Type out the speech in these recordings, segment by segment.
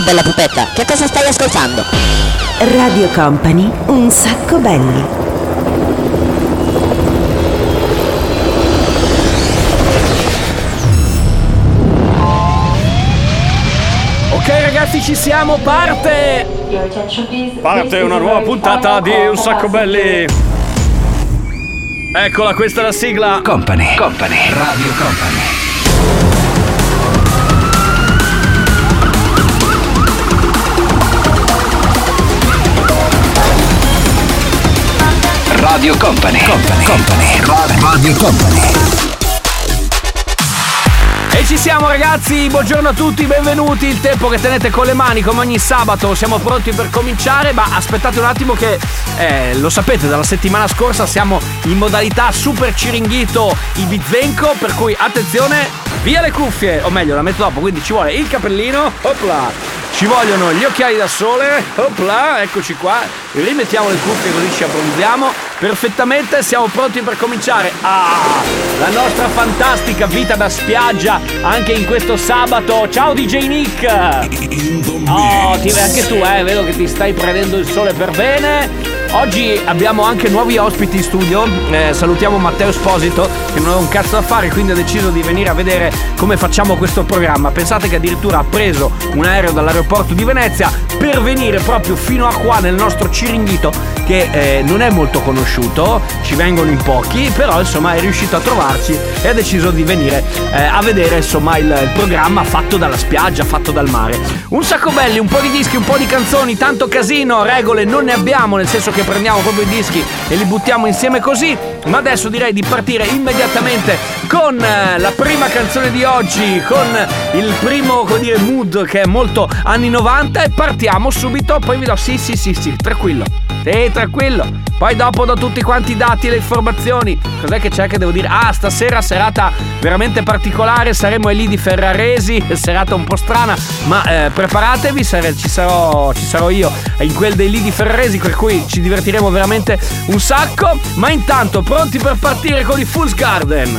bella pupetta, che cosa stai ascoltando? Radio Company, un sacco belli. Ok ragazzi, ci siamo, parte una nuova puntata di Un Sacco Belli. Eccola, questa è la sigla. Company, Radio Company. Radio Company. Radio Company. E ci siamo ragazzi, buongiorno a tutti, benvenuti. Il tempo che tenete con le mani come ogni sabato, siamo pronti per cominciare. Ma aspettate un attimo che lo sapete, dalla settimana scorsa siamo in modalità super ciringhito ibizenco, per cui attenzione, via le cuffie, o meglio la metto dopo, quindi ci vuole il cappellino, opla, ci vogliono gli occhiali da sole, opla, eccoci qua, rimettiamo le cuffie così ci abbronziamo perfettamente, siamo pronti per cominciare la nostra fantastica vita da spiaggia anche in questo sabato. Ciao DJ Nick. Anche tu vedo che ti stai prendendo il sole per bene. Oggi abbiamo anche nuovi ospiti in studio, salutiamo Matteo Esposito che non ha un cazzo da fare, quindi ha deciso di venire a vedere come facciamo questo programma. Pensate che addirittura ha preso un aereo dall'aeroporto di Venezia per venire proprio fino a qua nel nostro ciringhito, che non è molto conosciuto, ci vengono in pochi, però insomma è riuscito a trovarci e ha deciso di venire a vedere insomma il programma fatto dalla spiaggia, fatto dal mare. Un sacco belli, un po' di dischi, un po' di canzoni, tanto casino, regole non ne abbiamo, nel senso che prendiamo proprio i dischi e li buttiamo insieme così. Ma adesso direi di partire immediatamente con la prima canzone di oggi, con il primo, come dire, mood che è molto anni 90, e partiamo subito. Poi vi do sì, tranquillo. Sì, tranquillo. Poi dopo do tutti quanti i dati e le informazioni. Cos'è che c'è che devo dire? Stasera serata veramente particolare, saremo ai Lidi Ferraresi, serata un po' strana, ma preparatevi, ci sarò io in quel dei Lidi Ferraresi, per cui ci divertiremo veramente un sacco. Ma intanto pronti per partire con i Fool's Garden.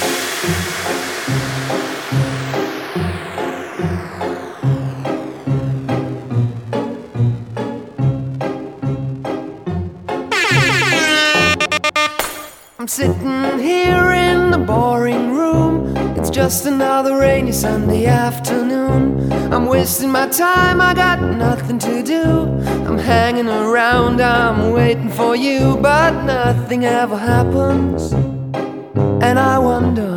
Sitting here in the boring room, it's just another rainy Sunday afternoon. I'm wasting my time, I got nothing to do. I'm hanging around, I'm waiting for you, but nothing ever happens, and I wonder.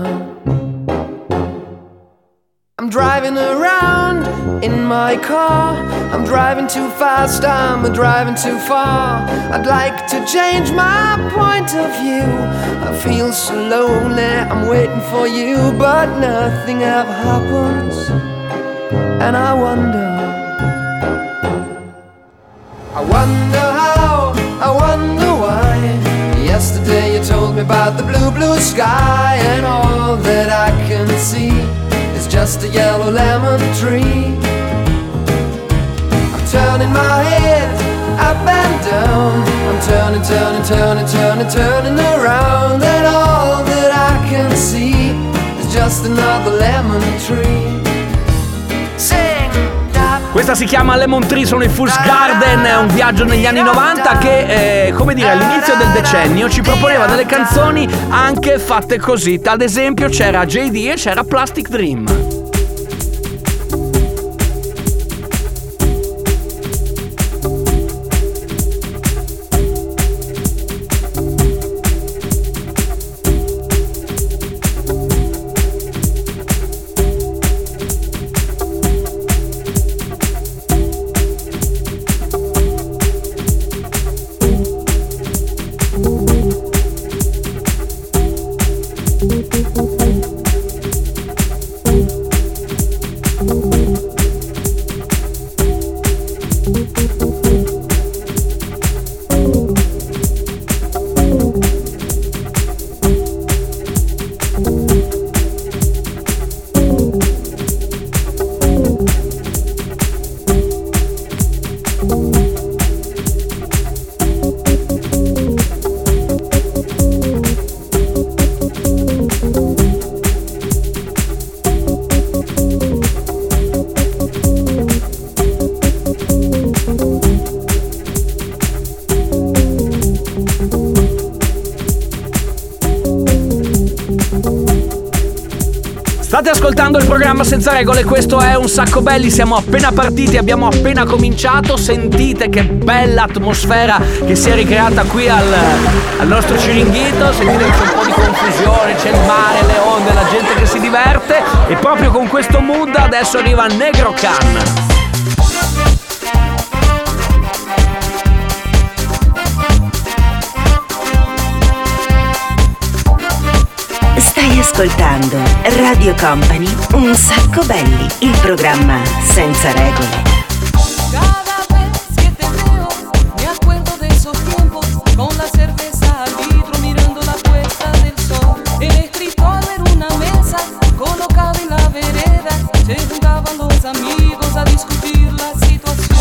I'm driving around in my car, I'm driving too fast, I'm driving too far. I'd like to change my point of view, I feel so lonely, I'm waiting for you, but nothing ever happens, and I wonder. I wonder how, I wonder why. Yesterday you told me about the blue, blue sky, and all that I can see is just a yellow lemon tree. I'm turning my head up and down, I'm turning around, and all that I can see is just another lemon tree. Questa si chiama Lemon Tree, sono i Fool's Garden, è un viaggio negli anni 90 che, come dire, all'inizio del decennio ci proponeva delle canzoni anche fatte così. Ad esempio c'era JD e c'era Plastic Dream. ascoltando il programma Senza Regole, questo è Un Sacco Belli, siamo appena partiti, abbiamo appena cominciato, sentite che bella atmosfera che si è ricreata qui al nostro Ciringhito, sentite che c'è un po' di confusione, c'è il mare, le onde, la gente che si diverte e proprio con questo mood adesso arriva Negro Can. Stai ascoltando Radio Company, Un Sacco Belli, il programma senza regole. Cada vez que te veo, me acuerdo de esos tiempos, con la cerveza al litro mirando la puesta del sol. El escritorio era una mesa colocada en la vereda, se juntaban los amigos a discutir la situación.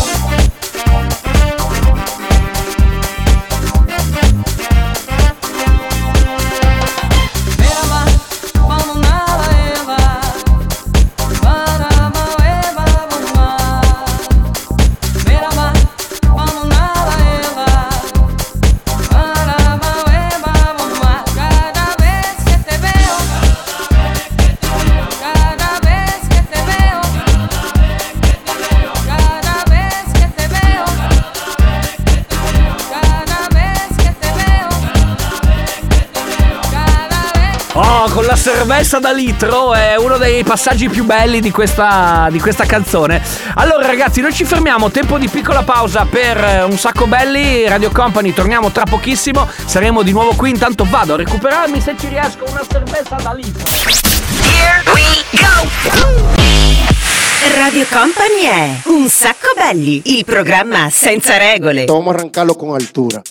Con la cerveza da litro è uno dei passaggi più belli di questa canzone. Allora ragazzi, noi ci fermiamo, tempo di piccola pausa per Un Sacco Belli, Radio Company, torniamo tra pochissimo, saremo di nuovo qui, intanto vado a recuperarmi se ci riesco una cerveza da litro. Here we go! Radio Company è Un Sacco Belli, il programma senza regole. Vamos a arrancarlo con altura.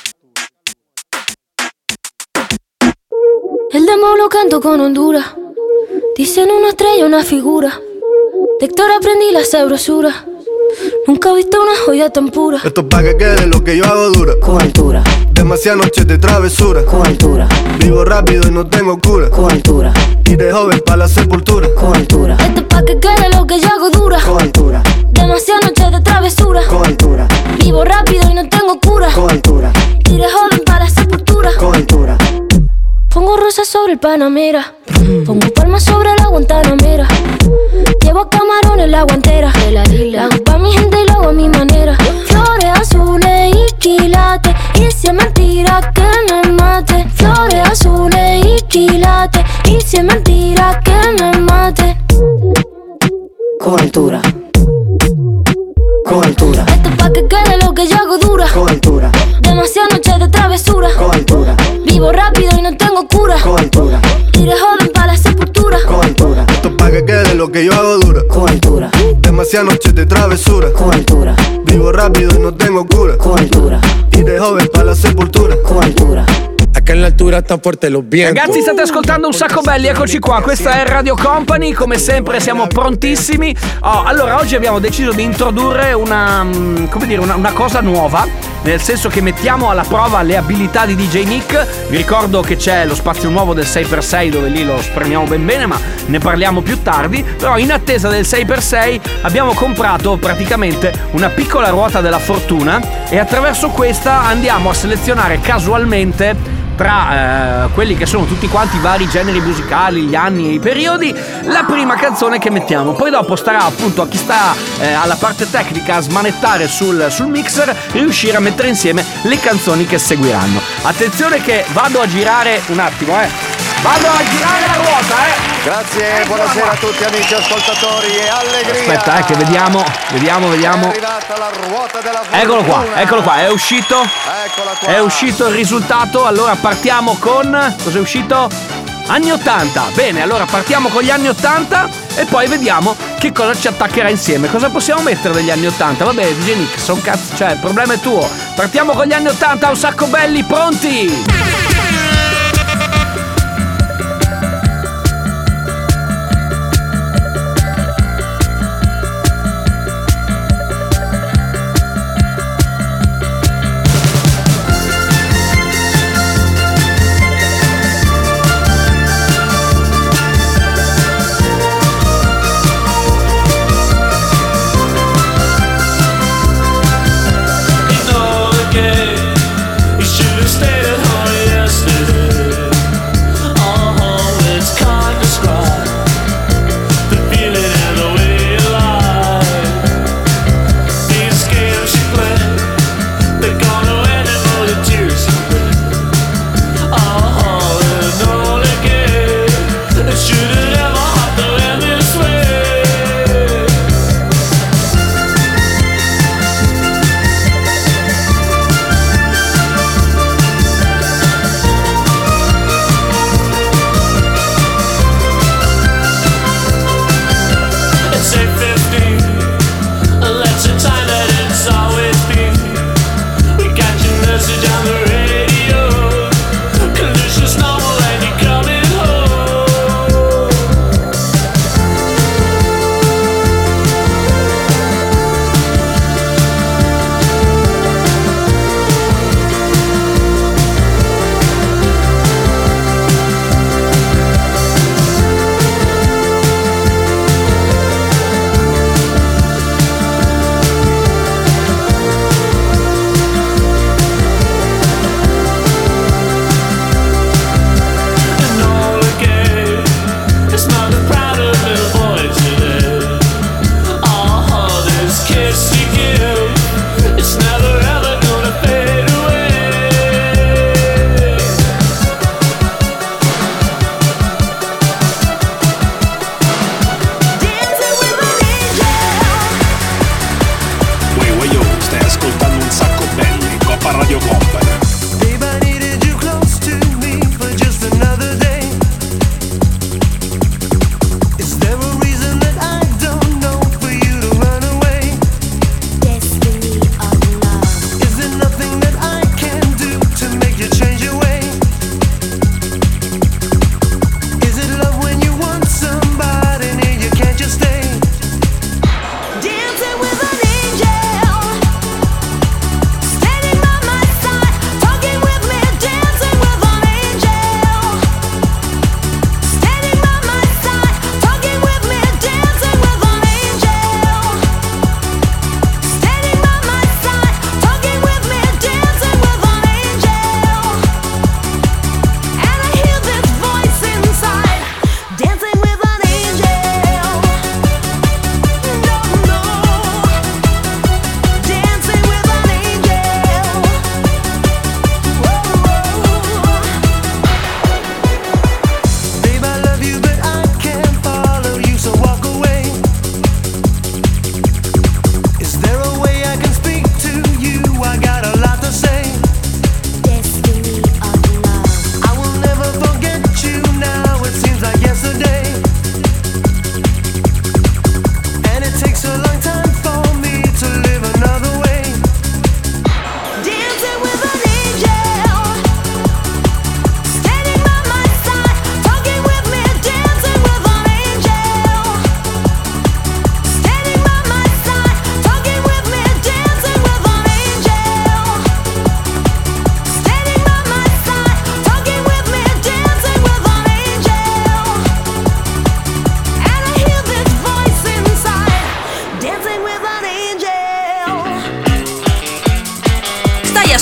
El demo lo canto con Honduras. Dicen una estrella, una figura. De Héctor aprendí la sabrosura. Nunca he visto una joya tan pura. Esto es pa' que quede lo que yo hago dura. Con altura, Demasiadas noches de travesura. con altura, Vivo rápido y no tengo cura. con altura, Y de joven pa' la sepultura. con altura, Esto es pa' que quede lo que yo hago dura. con altura, Demasiadas noches de travesura. con altura, Vivo rápido y no tengo cura. con altura, Y de joven para la sepultura. con altura. Pongo rosas sobre el Panamera. Pongo palmas sobre la Guantanamera. Llevo camarones en la guantera. La hago pa' mi gente y lo hago a mi manera. Flores azules y quilates. Y si es mentira que me mate. Flores azules y quilates. Y si es mentira que me mate. Con altura, con altura, Esto es pa' que quede lo que yo hago dura. con altura, Demasiadas noches de travesura. con altura, Vivo rápido y no tengo cura. con altura, Y de joven para la sepultura. con altura, Esto es pa' que quede lo que yo hago dura. con altura, Demasiadas noches de travesura. con altura, Vivo rápido y no tengo cura. con altura, Y de joven pa' la sepultura. con altura. Acá en la altura están fuertes los vientos. Ragazzi, state ascoltando Un Sacco Belli, eccoci qua, questa è Radio Company, come sempre siamo prontissimi. Allora, oggi abbiamo deciso di introdurre una cosa nuova, nel senso che mettiamo alla prova le abilità di DJ Nick. Vi ricordo che c'è lo spazio nuovo del 6x6 dove lì lo spremiamo ben bene, ma ne parliamo più tardi. Però in attesa del 6x6 abbiamo comprato praticamente una piccola ruota della fortuna e attraverso questa andiamo a selezionare casualmente tra quelli che sono tutti quanti i vari generi musicali, gli anni e i periodi, la prima canzone che mettiamo. Poi dopo starà appunto a chi sta alla parte tecnica a smanettare sul mixer e riuscire a mettere insieme le canzoni che seguiranno. Attenzione che vado a girare un attimo, vado a girare la ruota, Grazie, buonasera a tutti amici ascoltatori e allegria. Aspetta, che vediamo. È arrivata la ruota della fortuna. Eccolo qua, è uscito. Eccola qua. È uscito il risultato. Allora partiamo con... Cos'è uscito? Anni 80. Bene, allora partiamo con gli anni 80 e poi vediamo che cosa ci attaccherà insieme. Cosa possiamo mettere degli anni 80? Vabbè, DJ Nick, cioè il problema è tuo. Partiamo con gli anni 80, Un Sacco Belli, pronti? You should've stayed at home.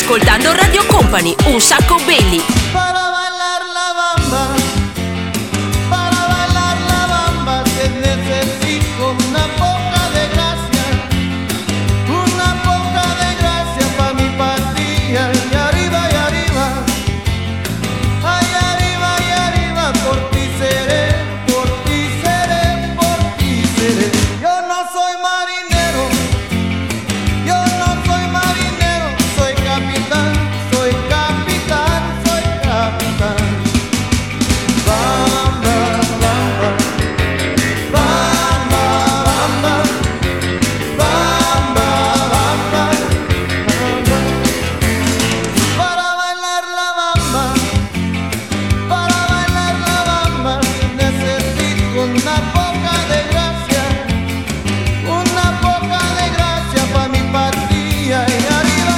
ascoltando Radio Company, un sacco belli. Para bailar la bamba, que necesito una poca de gracia pa' mi patria. Y arriba, ay arriba, por ti seré, por ti seré, por ti seré. Yo no soy marinero, soy capitán, soy capitán, soy capitán. Bamba, bamba, bamba, bamba, bamba, bamba, bamba. Para bailar la bamba, necesito una poca de gracia pa' mi patria. Y arriba,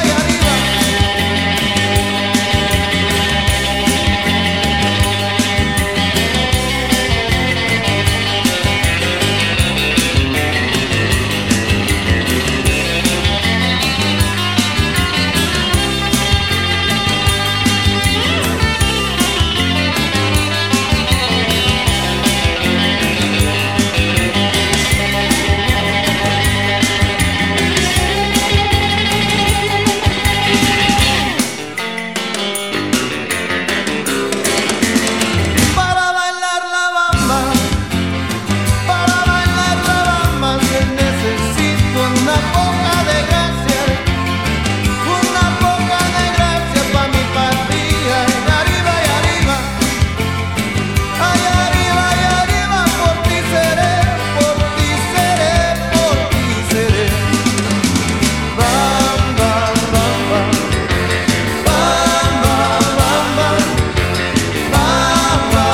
para bailar la bamba, necesito una poca de gracia pa' mi patria. Y arriba, ay arriba, por ti seré, por ti seré, por ti seré. Bamba, bamba, bamba, bamba, bamba,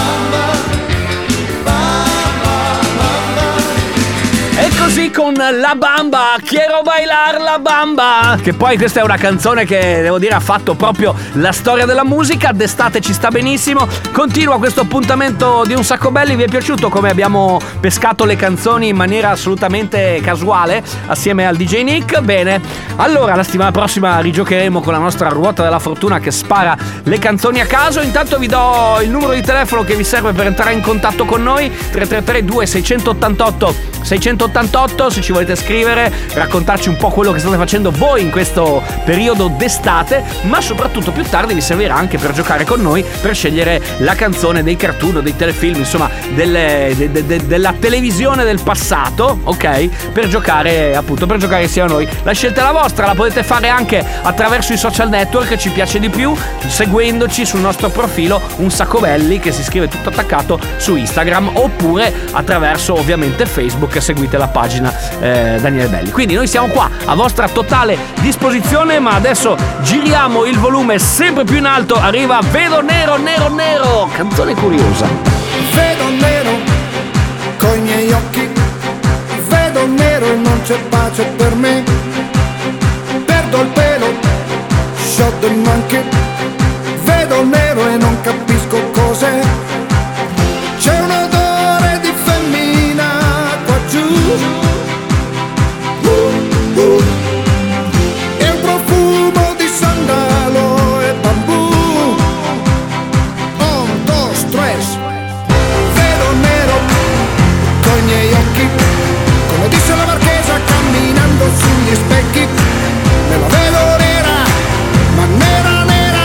bamba. E così con La Bamba, Quiero bailar la bamba. Che poi questa è una canzone che, devo dire, ha fatto proprio la storia della musica. D'estate ci sta benissimo. Continua questo appuntamento di Un Sacco Belli. Vi è piaciuto come abbiamo pescato le canzoni in maniera assolutamente casuale assieme al DJ Nick? Bene, allora la settimana prossima rigiocheremo con la nostra ruota della fortuna che spara le canzoni a caso. Intanto vi do il numero di telefono che vi serve per entrare in contatto con noi: 333 2688 688. Se ci volete scrivere, raccontarci un po' quello che state facendo voi in questo periodo d'estate, ma soprattutto più tardi vi servirà anche per giocare con noi, per scegliere la canzone dei cartoon o dei telefilm, insomma della televisione del passato, ok? Per giocare insieme a noi. La scelta è la vostra, la potete fare anche attraverso i social network che ci piace di più, seguendoci sul nostro profilo Un Sacco Belli, che si scrive tutto attaccato su Instagram, oppure attraverso ovviamente Facebook, seguite la pagina Daniele Belli. Quindi noi siamo qua a vostra totale disposizione, ma adesso giriamo il volume sempre più in alto. Arriva Vedo nero, nero, nero, canzone curiosa. Vedo nero coi miei occhi, vedo nero e non c'è pace per me. Perdo il pelo, shot and monkey, vedo nero e non capisco cos'è. C'è un odore di femmina qua giù, e un profumo di sandalo e bambù. 1, 2, 3. Vedo nero coi miei occhi, come disse la marchesa camminando sugli specchi. Me la vedo nera, ma nera, nera,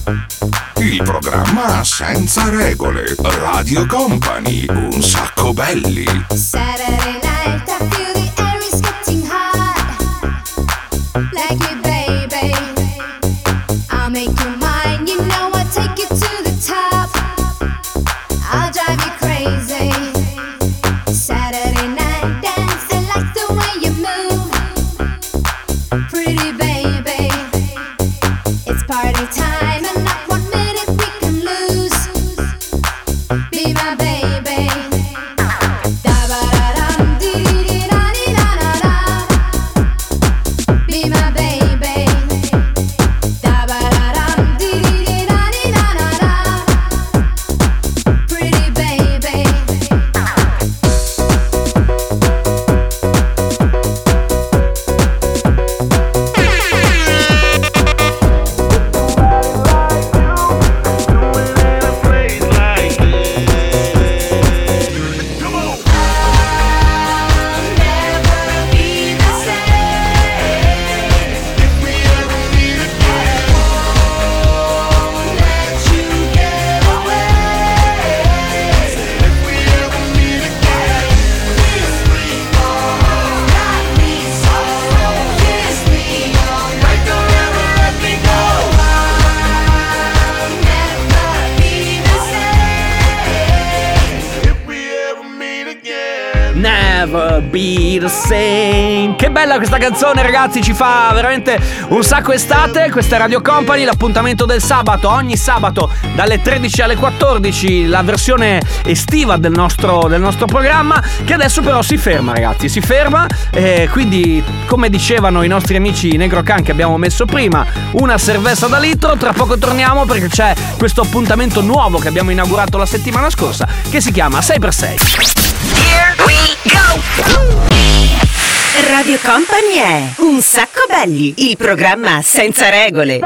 Il programma senza regole. Radio Company, un sacco belli. Saturday night, I feel the air is getting hot. Like it, baby. I'll make you mine, you know I'll take you to the top. I'll drive you crazy. Saturday night, dancing like the way you move. Pretty baby, it's party time and not 1 minute we can lose. Be my baby. Da-ba-da-dum, dee-dee-da-dee-da-da-da. Be my baby. Da-ba-da-dum, dee-dee-da-dee-da-da-da. Pretty baby. Never be the same. Che bella questa canzone, ragazzi, ci fa veramente un sacco estate. Questa è Radio Company, l'appuntamento del sabato, ogni sabato dalle 13 alle 14, la versione estiva del nostro programma, che adesso però si ferma, ragazzi, si ferma, quindi come dicevano i nostri amici Negro Can che abbiamo messo prima, una cerveza da litro. Tra poco torniamo perché c'è questo appuntamento nuovo che abbiamo inaugurato la settimana scorsa che si chiama 6x6. Here we go! Radio Company è Un sacco belli, il programma senza regole.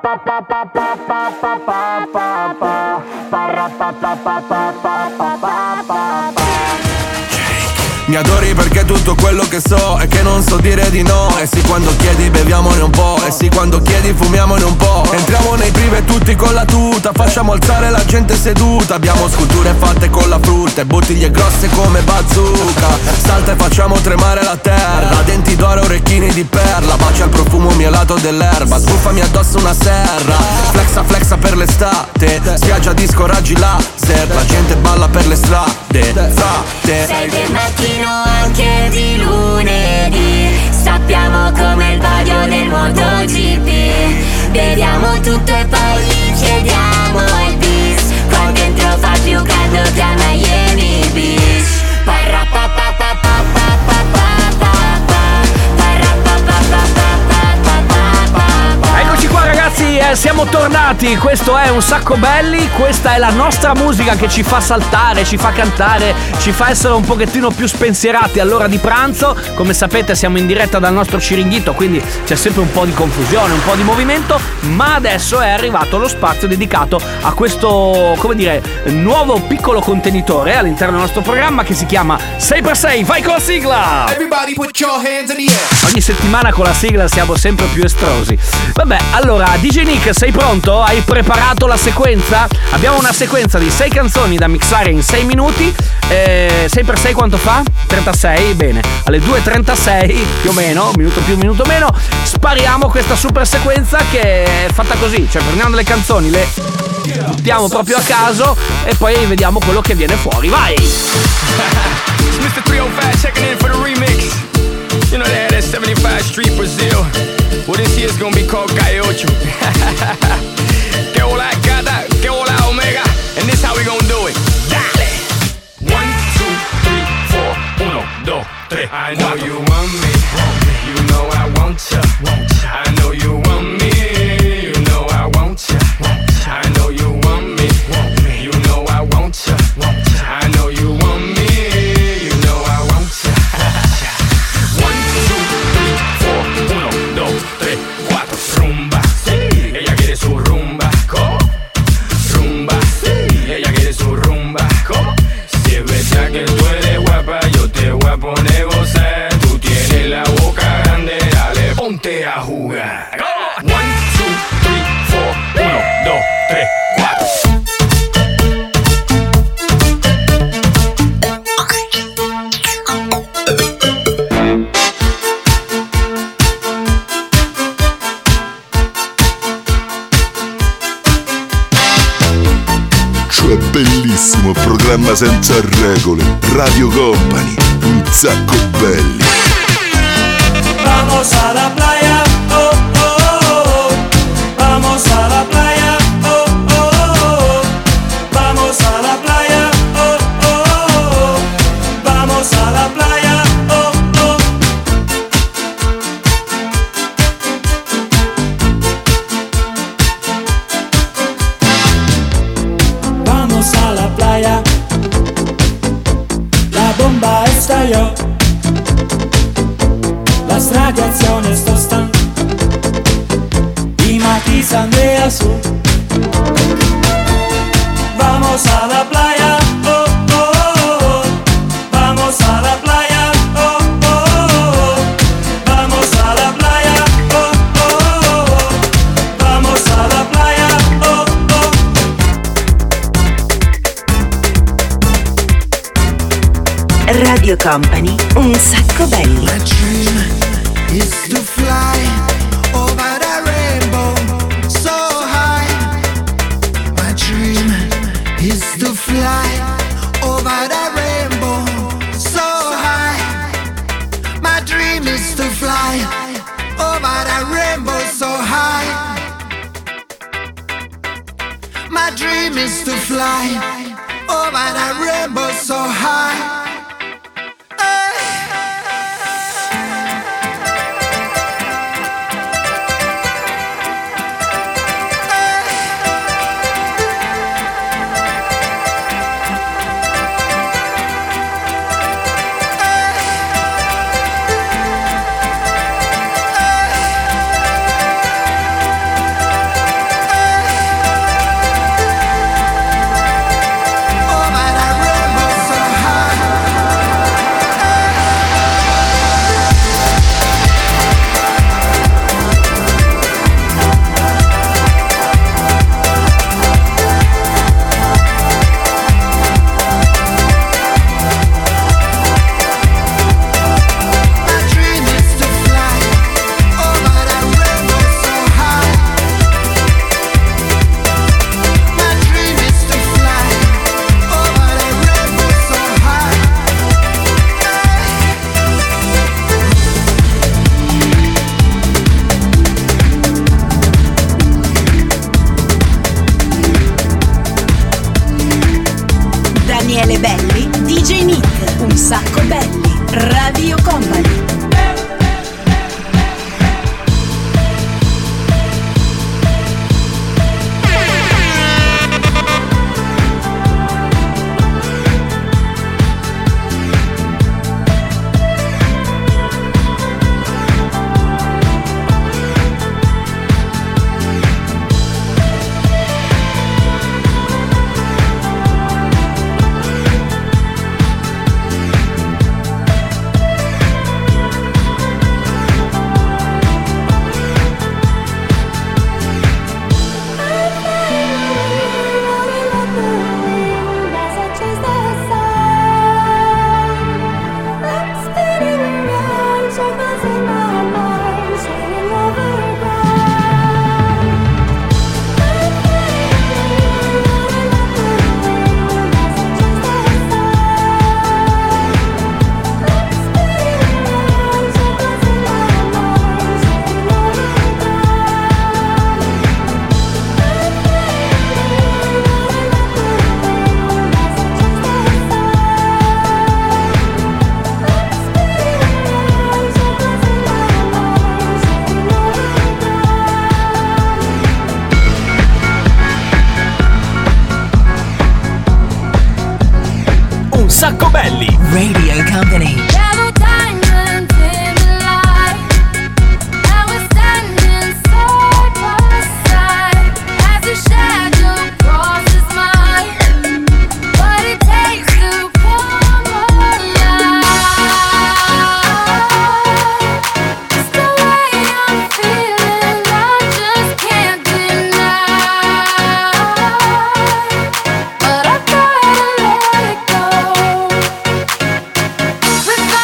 Mi adori perché tutto quello che so è che non so dire di no. E sì, quando chiedi beviamone un po'. E sì, quando chiedi fumiamone un po'. Entriamo nei prive tutti con la tuta, facciamo alzare la gente seduta. Abbiamo sculture fatte con la frutta e bottiglie grosse come bazooka. Salta e facciamo tremare la terra, denti d'oro, orecchini di perla. Bacia il profumo mielato dell'erba, sbuffami addosso una serra. Flexa flexa per l'estate, spiaggia disco raggi laser. La gente balla per le strade, frate. Sei del mattino anche di lunedì, sappiamo come il podio del MotoGP. Beviamo tutto e poi gli chiediamo il bis. Qua dentro fa più caldo che a Miami Beach. Eccoci qua, ragazzi, siamo tornati. Questo è Un sacco belli. Questa è la nostra musica che ci fa saltare, ci fa cantare, ci fa essere un pochettino più spensierati all'ora di pranzo. Come sapete siamo in diretta dal nostro Ciringhito, quindi c'è sempre un po' di confusione, un po' di movimento. Ma adesso è arrivato lo spazio dedicato a questo, come dire, nuovo piccolo contenitore all'interno del nostro programma che si chiama 6x6. Vai con la sigla! Everybody put your hands in the air. Ogni settimana con la sigla siamo sempre più estrosi. Vabbè, allora, DJ Nick, sei pronto? Hai preparato la sequenza? Abbiamo una sequenza di 6 canzoni da mixare in 6 minuti. 6x6 quanto fa? 36, bene. Alle 2.36, più o meno, minuto più, minuto meno, spariamo questa super sequenza che è fatta così. Cioè, prendiamo delle canzoni, le buttiamo proprio a caso e poi vediamo quello che viene fuori. Vai! Mr. 305 checking in for the remix. You know that 75 Street Brazil. Well, this year's gonna be called Calle Ocho. Que hola gata, que hola omega. And this how we gonna do it. Dale! 1, 2, 3, 4, 1, 2, 3. I know you want me. You know I want ya. I know you want me. You know I want ya. I know you want me. You know I want ya. I know you want me. You know I want ya. 1, 2, 3, 4, 1, 2, 3, 4. Rumba. Ella quiere su rumba. calcio è bellissimo, programma senza regole. Radio Company, un sacco belli. Vamos a la playa, oh, oh, oh. Vamos a la playa, oh, oh, oh. Vamos a la playa, oh, oh, oh. Vamos a la playa, oh, oh. Vamos a la playa. La bomba estalló. Las radiaciones tostan y matizan de azul. Vamos a la playa, oh, oh, oh. Vamos a la playa, oh, oh, oh. Vamos a la playa, oh, oh, oh. Vamos a la playa, oh, oh. Radio Company, un sacco belli. Is to fly over the rainbow so high. My dream is to fly over the rainbow so high. My dream is to fly over the rainbow so high. My dream is to fly over the rainbow so high. Daniele Belli, DJ Nick, un sacco belli. Radio Company. Sacco belli. Radio Company. With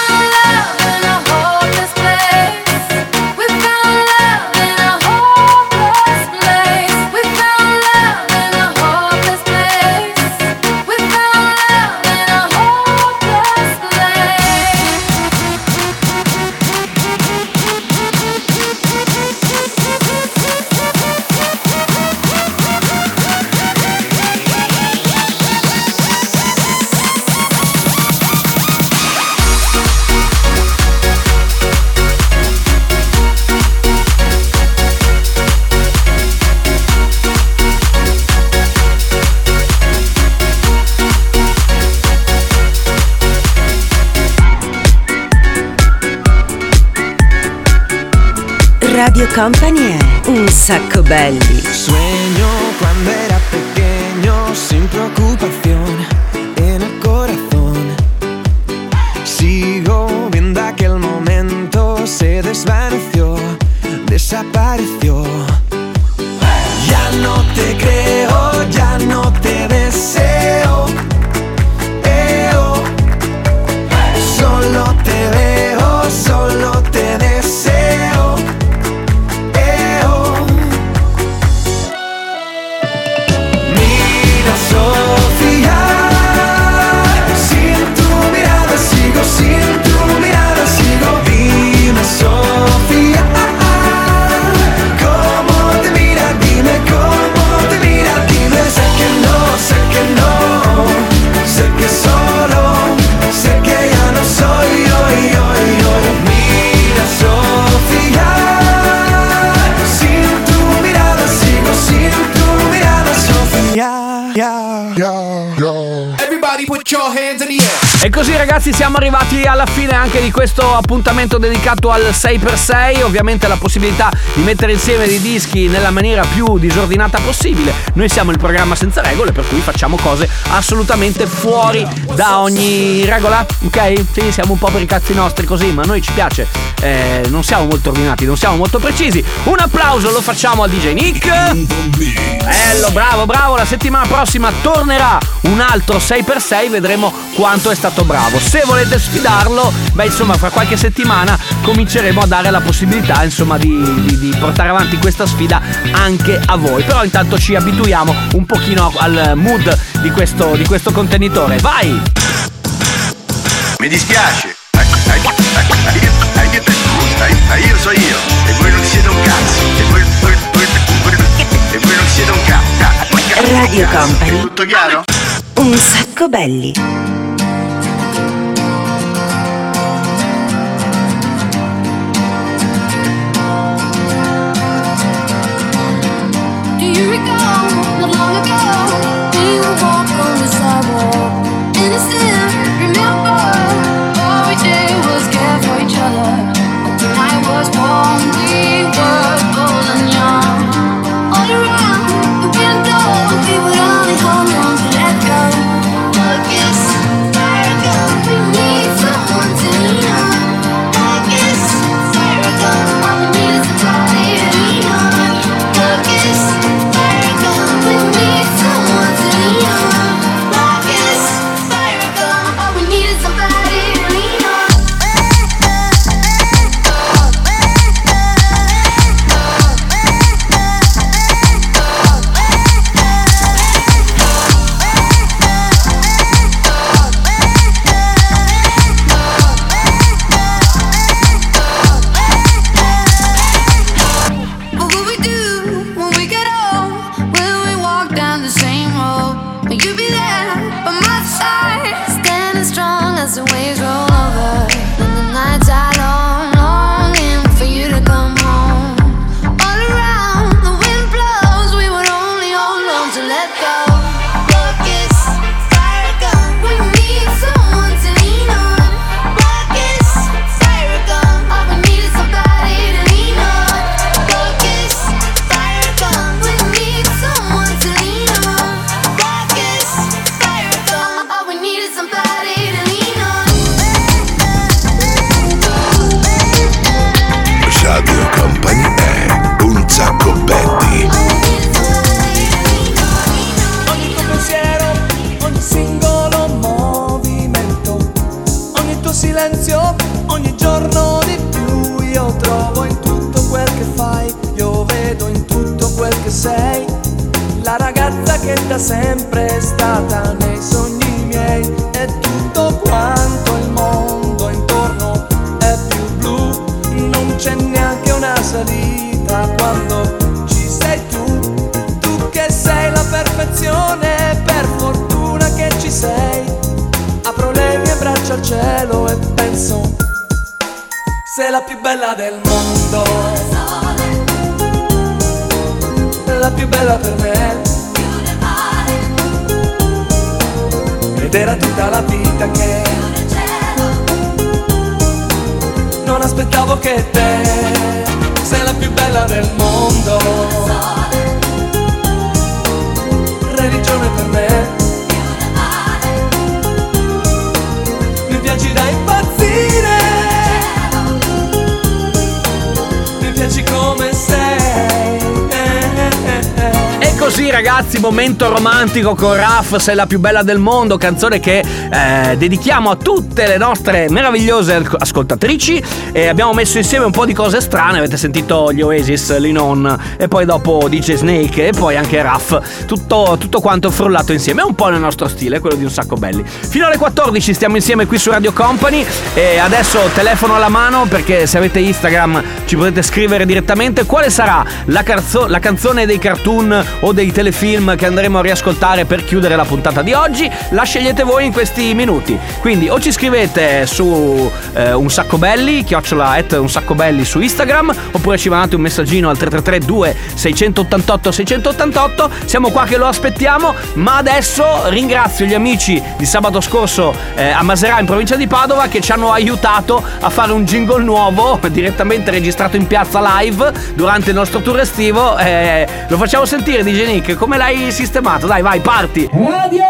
Radio Company è Un Sacco Belli. Sueño cuando era pequeño sin preocupación en el corazón. Sigo viendo aquel momento, se desvaneció, desapareció. Ya no te creo, ya no te deseo. Solo te veo, solo te deseo. Mira Sofía, sin tu mirada sigo, sin tu mirada sigo. Dime Sofía, cómo te mira, dime cómo te mira, dime. Sé que no, sé que solo, sé que ya no soy yo. Mira Sofía, sin tu mirada sigo, sin tu mirada Sofía. Everybody put your hands in the air. E così ragazzi siamo arrivati alla fine anche di questo appuntamento dedicato al 6x6. Ovviamente la possibilità di mettere insieme dei dischi nella maniera più disordinata possibile. Noi siamo il programma senza regole, per cui facciamo cose assolutamente fuori da ogni regola, ok? Sì, siamo un po' per i cazzi nostri così, ma a noi ci piace. Non siamo molto ordinati, non siamo molto precisi. Un applauso lo facciamo al DJ Nick. Bello, bravo. La settimana prossima tornerà un altro 6x6, vedremo quanto è stato bravo. Se volete sfidarlo, beh insomma fra qualche settimana cominceremo a dare la possibilità insomma di portare avanti questa sfida anche a voi. Però intanto ci abituiamo un pochino al mood di questo contenitore. Vai! Mi dispiace, io so io e voi non siete un cazzo e voi non siete un cazzo. Radio Company. Tutto chiaro? Un Sacco Belli. Do you recall not long ago we would walk on the sidewalk? Innocent, remember all we did was care for each other. The night was warm, we were golden young. All around the window, we would only hold on to let go. Look, it's fire gun, we need someone to lean on. Look, it's fire gun, all we need is somebody to lean on. Look, it's fire gun, we need someone to lean on. Look, it's fire gun, all we need is somebody to lean on. What will we do when we get old? Will we walk down the same road? Will you be there by my side? Standing strong as the waves roll over. And the nights are long, longing for you to come home. All around the wind blows, we would only hold on to let go. Look, it's fire gun, we need someone to lean on. Look, it's fire gun, all we need is somebody to lean on. Look, it's fire gun, we need someone to lean on. Look, it's fire gun, all we need is somebody to lean on. Radio Company è Un Sacco Belli. Ogni tuo pensiero, ogni singolo movimento, ogni tuo silenzio, ogni giorno di più. Io trovo in tutto quel che fai, io vedo in tutto quel che sei. La ragazza che da sempre è stata nei sogni miei. E tutto quanto il mondo intorno è più blu. Non c'è neanche una salita quando ci sei tu. Tu che sei la perfezione, per fortuna che ci sei. Apro le mie braccia al cielo e penso, sei la più bella del mondo, la più bella per me. Ed era tutta la vita che non aspettavo che te sei la più bella del mondo. Religione per me, mi piaci da impazzire, mi piaci come sei. E così ragazzi, momento romantico con Raf, sei la più bella del mondo, canzone che dedichiamo a tutte le nostre meravigliose ascoltatrici. E abbiamo messo insieme un po' di cose strane, avete sentito gli Oasis, Linon e poi dopo DJ Snake e poi anche Raf, tutto quanto frullato insieme, è un po' nel nostro stile, quello di Un Sacco Belli. Fino alle 14 stiamo insieme qui su Radio Company e adesso telefono alla mano, perché se avete Instagram ci potete scrivere direttamente quale sarà la canzone dei cartoon o dei telefilm che andremo a riascoltare per chiudere la puntata di oggi. La scegliete voi in questi minuti, quindi o ci scrivete su Un Sacco Belli @Un Sacco Belli su Instagram, oppure ci mandate un messaggino al 333 2688 688. Siamo qua che lo aspettiamo, ma adesso ringrazio gli amici di sabato scorso a Maserà in provincia di Padova che ci hanno aiutato a fare un jingle nuovo direttamente registrato in piazza live durante il nostro tour estivo. Lo facciamo sentire, DJ Nick, come l'hai sistemato? Dai, vai, parti. Radio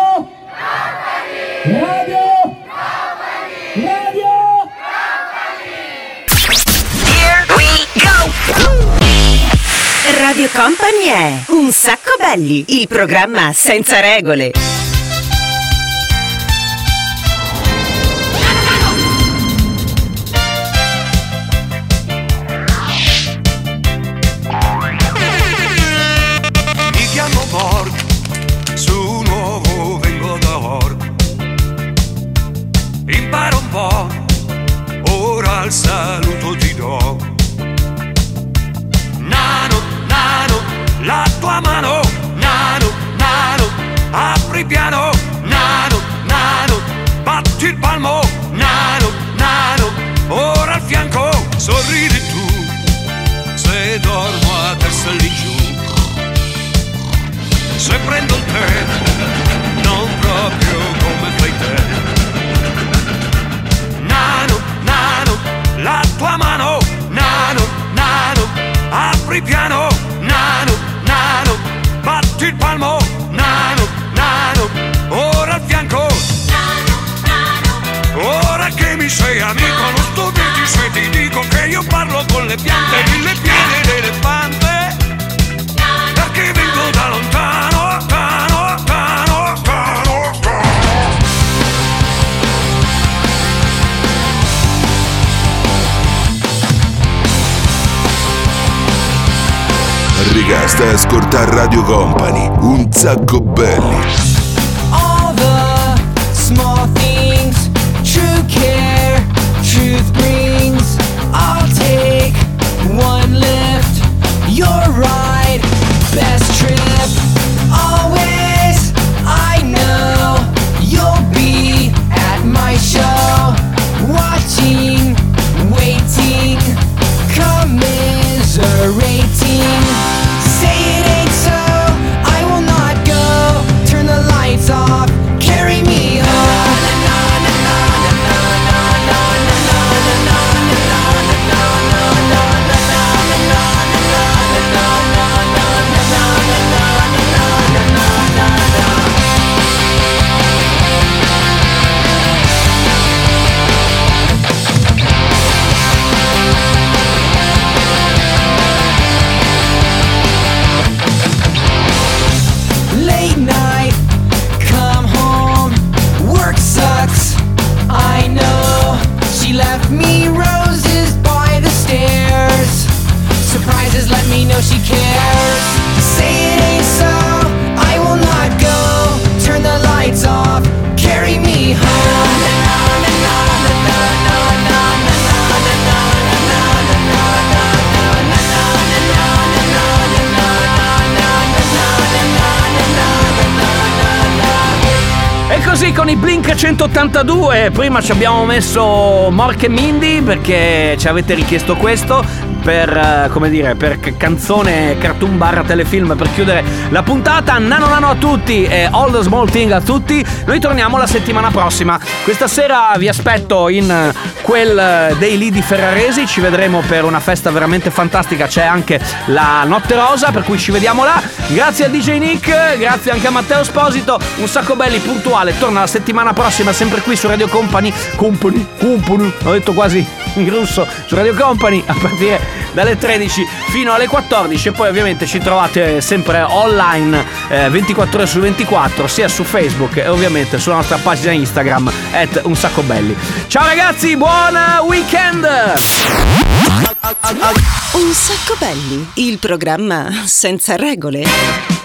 Radio Company è Un Sacco Belli, il programma senza regole. Mi chiamo Borg, su nuovo vengo da Org. Impara un po', ora il saluto ti do. La tua mano, nano, nano, apri piano, nano, nano, batti il palmo, nano, nano, ora al fianco, sorridi tu, se dormo a testa lì giù, se prendo il tè, non proprio come fai te, nano, nano, la tua mano, nano, nano, apri piano, nano, nano, batti il palmo, nano, nano, ora al fianco, nano, nano, ora che mi sei amico, non stupirti se ti dico che io parlo con le piante, 1000 piedi d'elefante, perché vengo da lontano, lontano, lontano, lontano, lontano. Riga, stai a ascoltare Radio Company, Un Sacco Belli. All the small things, true care, truth brings. I'll take one lift, your ride, best trip. Always, I know you'll be at my show, watching, waiting, commiserating. Say it ain't so, I will not go. Turn the lights off, carry me home. Late night, come home, work sucks, I know. She left me roses by the stairs. Surprises let me know she cares. Say it ain't so, I will not go. Turn the lights off, carry me home. E così con i Blink 182, prima ci abbiamo messo Mork e Mindy perché ci avete richiesto questo. per come dire, per canzone cartoon / telefilm per chiudere la puntata. Nano nano a tutti e All the Small Thing a tutti. Noi torniamo la settimana prossima. Questa sera vi aspetto in quel Daily di Ferraresi, ci vedremo per una festa veramente fantastica, c'è anche la Notte Rosa, per cui ci vediamo là. Grazie a DJ Nick, grazie anche a Matteo Esposito. Un sacco belli puntuale, torna la settimana prossima sempre qui su Radio Company, ho detto quasi in russo, su Radio Company a partire dalle 13 fino alle 14 e poi ovviamente ci trovate sempre online 24 ore su 24 sia su Facebook e ovviamente sulla nostra pagina Instagram @unsacco_belli. Ciao ragazzi, buon weekend! Un sacco belli, il programma senza regole.